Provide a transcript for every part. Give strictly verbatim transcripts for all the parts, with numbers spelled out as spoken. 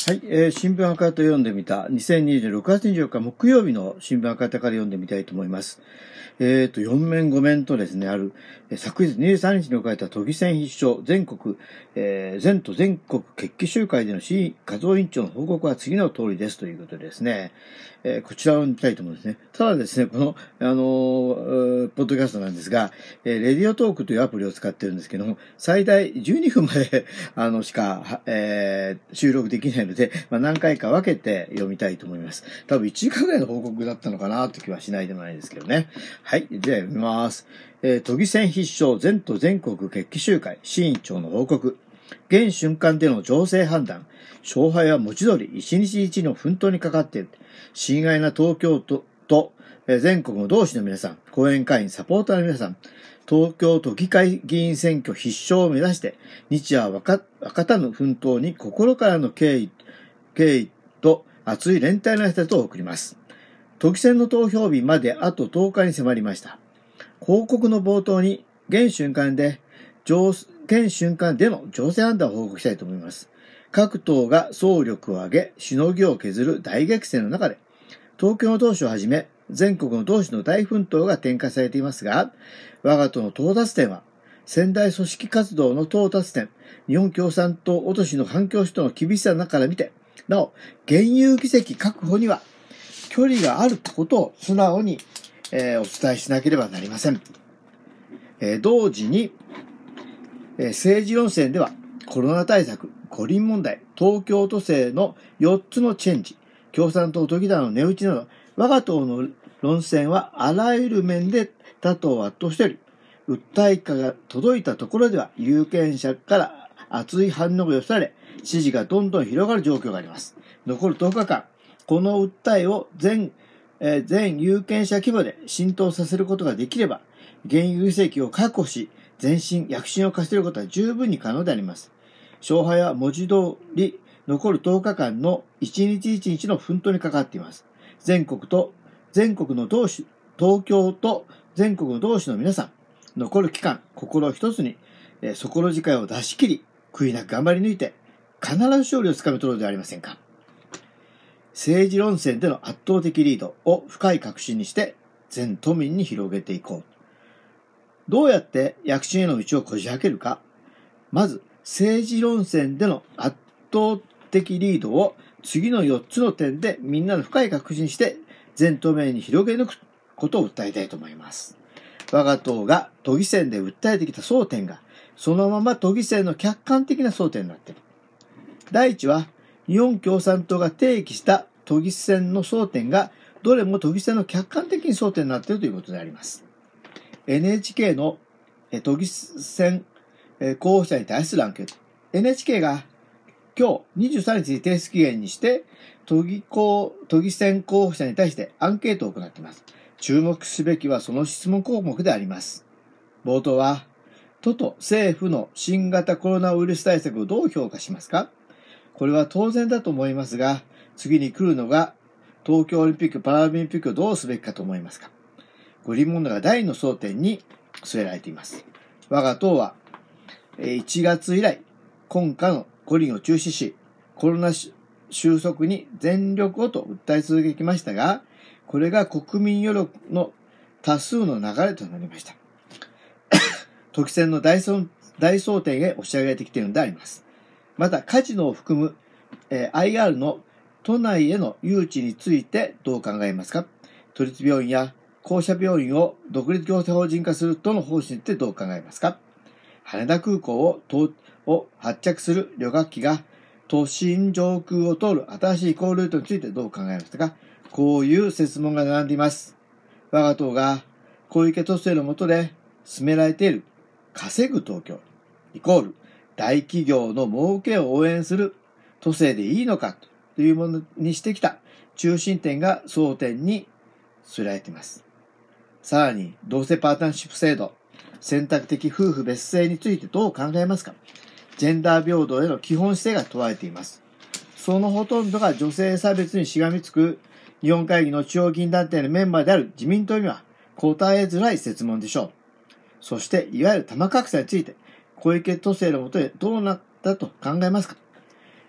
はい、えー、新聞赤旗読んでみた。にせんにじゅうねんろくがつにじゅうよっか木曜日の新聞赤旗から読んでみたいと思います。えーと、よん面ご面とですね、ある、えー、昨日にじゅうさんにちに置かれた都議選必勝、全国、えー、全都全国決起集会での市和夫委員長の報告は次の通りですということでですね、えー、こちらを見たいと思うんですね。ただですね、この、あのー、ポッドキャストなんですが、えー、レディオトークというアプリを使ってるんですけども、最大じゅうにふんまで、あの、しか、えー、収録できないので、まあ、何回か分けて読みたいと思います。多分いちじかんぐらいの報告だったのかなって気はしないでもないですけどね。はい。じゃあ読みます。えー、都議選必勝全都全国決起集会、市委員長の報告。現瞬間での情勢判断。勝敗は文字通り一日一の奮闘にかかっている。親愛な東京都と、えー、全国の同志の皆さん、後援会員、サポーターの皆さん、東京都議会議員選挙必勝を目指して、日夜わか、わかたぬ奮闘に心からの敬意、敬意と熱い連帯の挨拶を送ります。都議選の投票日まであととおかに迫りました。報告の冒頭に、現瞬間で、現瞬間での情勢判断を報告したいと思います。各党が総力を挙げ、しのぎを削る大激戦の中で、東京の党首をはじめ、全国の同志の大奮闘が展開されていますが、我が党の到達点は、仙台組織活動の到達点、日本共産党落としの反共主との厳しさの中から見て、なお、現有議席確保には、距離があることを素直に、えー、お伝えしなければなりません。えー、同時に、えー、政治論戦では、コロナ対策、五輪問題、東京都政のよっつのチェンジ、共産党都議団の値打ちなど、我が党の論戦はあらゆる面で他党を圧倒しており、訴えが届いたところでは有権者から熱い反応が寄せられ、支持がどんどん広がる状況があります。残るとおかかん、この訴えを全、えー、全有権者規模で浸透させることができれば、現有議席を確保し、前進、躍進を課せることは十分に可能であります。勝敗は文字通り、残るとおかかんの一日一日の奮闘にかかっています。全国と、全国の同志、東京と全国の同志の皆さん、残る期間、心を一つに、えー、底力を出し切り、悔いなく頑張り抜いて、必ず勝利をつかみ取ろうではありませんか。政治論戦での圧倒的リードを深い確信にして、全都民に広げていこう。どうやって躍進への道をこじ開けるか。まず、政治論戦での圧倒的リードを次のよっつの点でみんなの深い確信して、全都民に広げ抜くことを訴えたいと思います。我が党が都議選で訴えてきた争点が、そのまま都議選の客観的な争点になっている。第一は、日本共産党が提起した都議選の争点が、どれも都議選の客観的に争点になっているということであります。エヌエイチケー の都議選候補者に対するアンケート。エヌエイチケー が今日にじゅうさんにちに提出期限にして、都議候、都議選候補者に対してアンケートを行っています。注目すべきはその質問項目であります。冒頭は、都と政府の新型コロナウイルス対策をどう評価しますか？これは当然だと思いますが、次に来るのが東京オリンピック・パラリンピックをどうすべきかと思いますか？五輪問題が第二の争点に据えられています。我が党はいちがつ以来、今夏の五輪を中止し、コロナ収束に全力をと訴え続けてきましたが、これが国民世論の多数の流れとなりました。都議選の大争点へ押し上げてきているのであります。また、カジノを含む、えー、アイアール の都内への誘致についてどう考えますか？都立病院や公社病院を独立行政法人化するとの方針についてどう考えますか？羽田空港をを発着する旅客機が都心上空を通る新しい移行ルートについてどう考えますか？こういう設問が並んでいます。我が党が小池都政の下で進められている稼ぐ東京イコール大企業の儲けを応援する都政でいいのかというものにしてきた中心点が争点に据えられています。さらに同性パートナーシップ制度、選択的夫婦別姓についてどう考えますか？ジェンダー平等への基本姿勢が問われています。そのほとんどが女性差別にしがみつく日本会議の中央議員団体のメンバーである自民党には答えづらい設問でしょう。そして、いわゆる玉格差について、小池都政の下でどうなったと考えますか？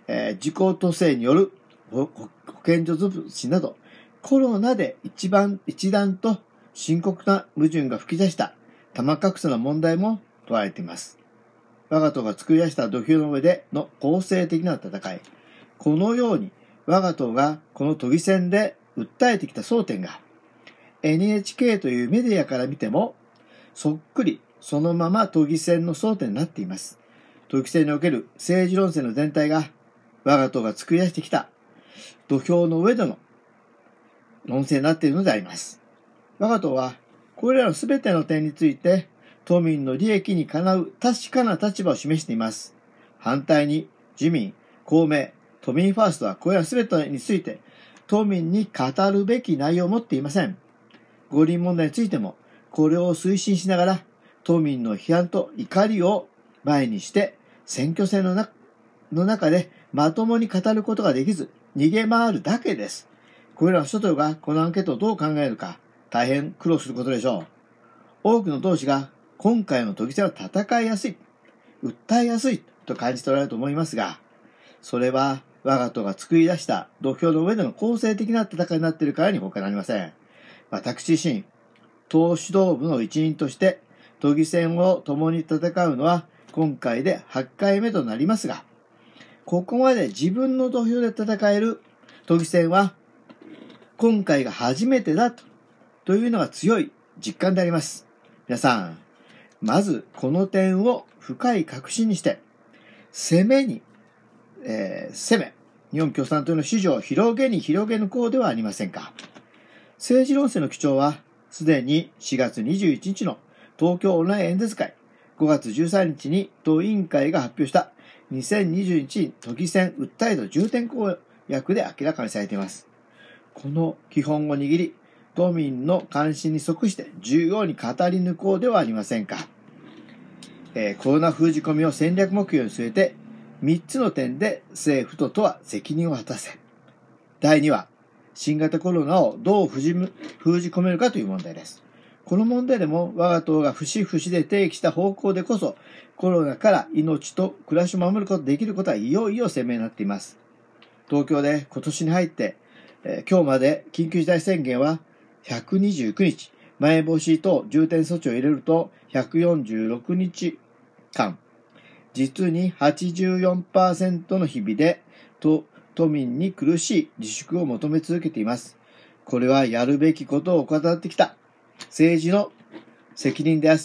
えー、自己都政による保健所潰しなど、コロナで一番、一段と深刻な矛盾が吹き出した玉格差の問題も問われています。我が党が作り出した土俵の上での公正的な戦い。このように我が党がこの都議選で訴えてきた争点が エヌエイチケー というメディアから見てもそっくりそのまま都議選の争点になっています。都議選における政治論戦の全体が我が党が作り出してきた土俵の上での論戦になっているのであります。我が党はこれらのすべての点について都民の利益にかなう確かな立場を示しています。反対に自民、公明、都民ファーストはこれらすべてについて都民に語るべき内容を持っていません。五輪問題についてもこれを推進しながら都民の批判と怒りを前にして選挙戦の中の中でまともに語ることができず逃げ回るだけです。これらの諸党がこのアンケートをどう考えるか大変苦労することでしょう。多くの党首が今回の都議選は戦いやすい、訴えやすいと感じ取られると思いますが、それは我が党が作り出した土俵の上での公正的な戦いになっているからに他なりません。私自身、党指導部の一員として都議選を共に戦うのは今回ではちかいめとなりますが、ここまで自分の土俵で戦える都議選は今回が初めてだと、というのが強い実感であります。皆さん、まずこの点を深い確信にして、攻めに、えー、攻め、日本共産党の支持を広げに広げ抜こうではありませんか。政治論戦の基調は、すでにしがつにじゅういちにちの東京オンライン演説会、ごがつじゅうさんにちに党委員会が発表したにせんにじゅういち都議選訴えと重点公約で明らかにされています。この基本を握り、都民の関心に即して重要に語り抜こうではありませんか。えー、コロナ封じ込みを戦略目標に据えて、みっつの点で政府と都は責任を果たせ。だいには、新型コロナをどう封じ、封じ込めるかという問題です。この問題でも我が党が節々で提起した方向でこそ、コロナから命と暮らしを守ることができることはいよいよ鮮明になっています。東京で今年に入って、えー、今日まで緊急事態宣言はひゃくにじゅうくにち、まん延防止等重点措置を入れるとひゃくよんじゅうろくにちかん、実に はちじゅうよんパーセント の日々で都、都民に苦しい自粛を求め続けています。これはやるべきことを怠ってきた政治の責任です。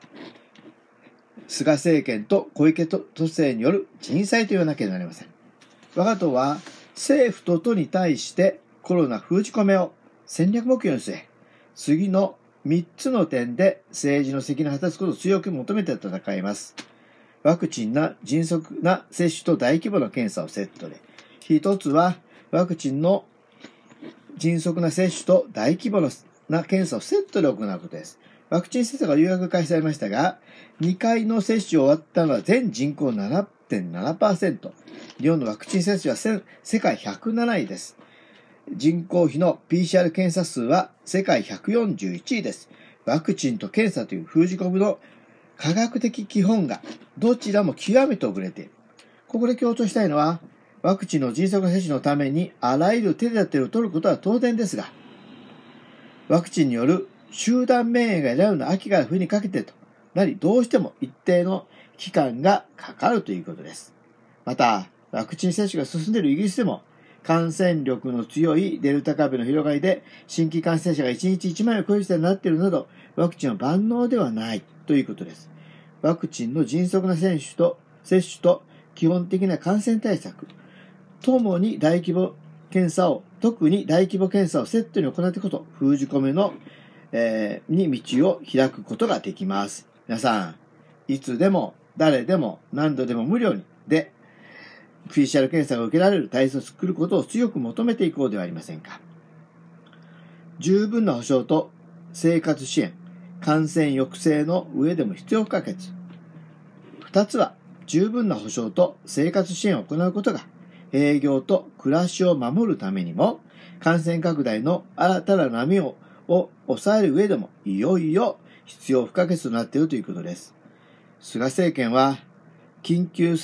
菅政権と小池都政による人災と言わなければなりません。我が党は政府と都に対してコロナ封じ込めを戦略目標に据え、次のみっつの点で政治の責任を果たすことを強く求めて戦います。ワクチンな迅速な接種と大規模な検査をセットで、一つはワクチンの迅速な接種と大規模な検査をセットで行うことです。ワクチン接種がようやく開始されましたが、にかいの接種を終わったのは全人口 ななてんななパーセント。日本のワクチン接種は世界ひゃくなないです。人口比の ピーシーアール 検査数は世界ひゃくよんじゅういちいです。ワクチンと検査という封じ込めの科学的基本がどちらも極めて遅れている。ここで強調したいのは、ワクチンの迅速な接種のためにあらゆる手立てを取ることは当然ですが、ワクチンによる集団免疫が得られるのは秋から冬にかけてとなり、どうしても一定の期間がかかるということです。また、ワクチン接種が進んでいるイギリスでも、感染力の強いデルタ株の広がりで新規感染者がいちにちいちまんを超える事態になっているなど、ワクチンは万能ではないということです。ワクチンの迅速な接種と接種と基本的な感染対策ともに大規模検査を特に大規模検査をセットに行っていくこと、封じ込めの、えー、に道を開くことができます。皆さん、いつでも誰でも何度でも無料にでピーシーアール 検査が受けられる体制を作ることを強く求めていこうではありませんか。十分な保障と生活支援、感染抑制の上でも必要不可欠。二つは十分な保障と生活支援を行うことが営業と暮らしを守るためにも感染拡大の新たな波をを抑える上でもいよいよ必要不可欠となっているということです。菅政権は緊急宣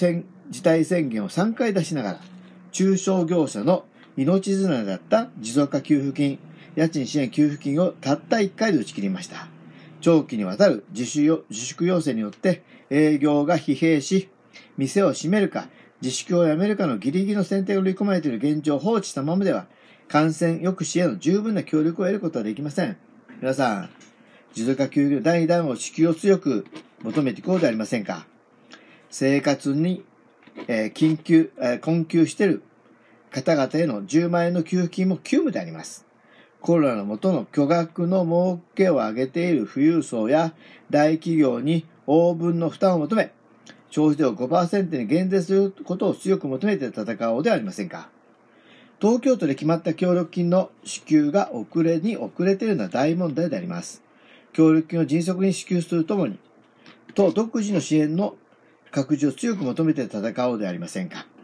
事態宣言をさんかい出しながら、中小業者の命綱だった持続化給付金、家賃支援給付金をたったいっかいで打ち切りました。長期にわたる自主自粛要請によって営業が疲弊し、店を閉めるか、自粛をやめるかのギリギリの選定が織り込まれている現状を放置したままでは、感染抑止への十分な協力を得ることはできません。皆さん、持続化給付金の第二弾を支給を強く求めていこうではありませんか。生活に、えー、緊急、えー、困窮している方々へのじゅうまんえんの給付金も急務であります。コロナの下の巨額の儲けを上げている富裕層や大企業に応分の負担を求め、消費税を ごパーセント に減税することを強く求めて戦おうではありませんか。東京都で決まった協力金の支給が遅れに遅れているのは大問題であります。協力金を迅速に支給するともに、都独自の支援の拡充を強く求めて戦おうではありませんか。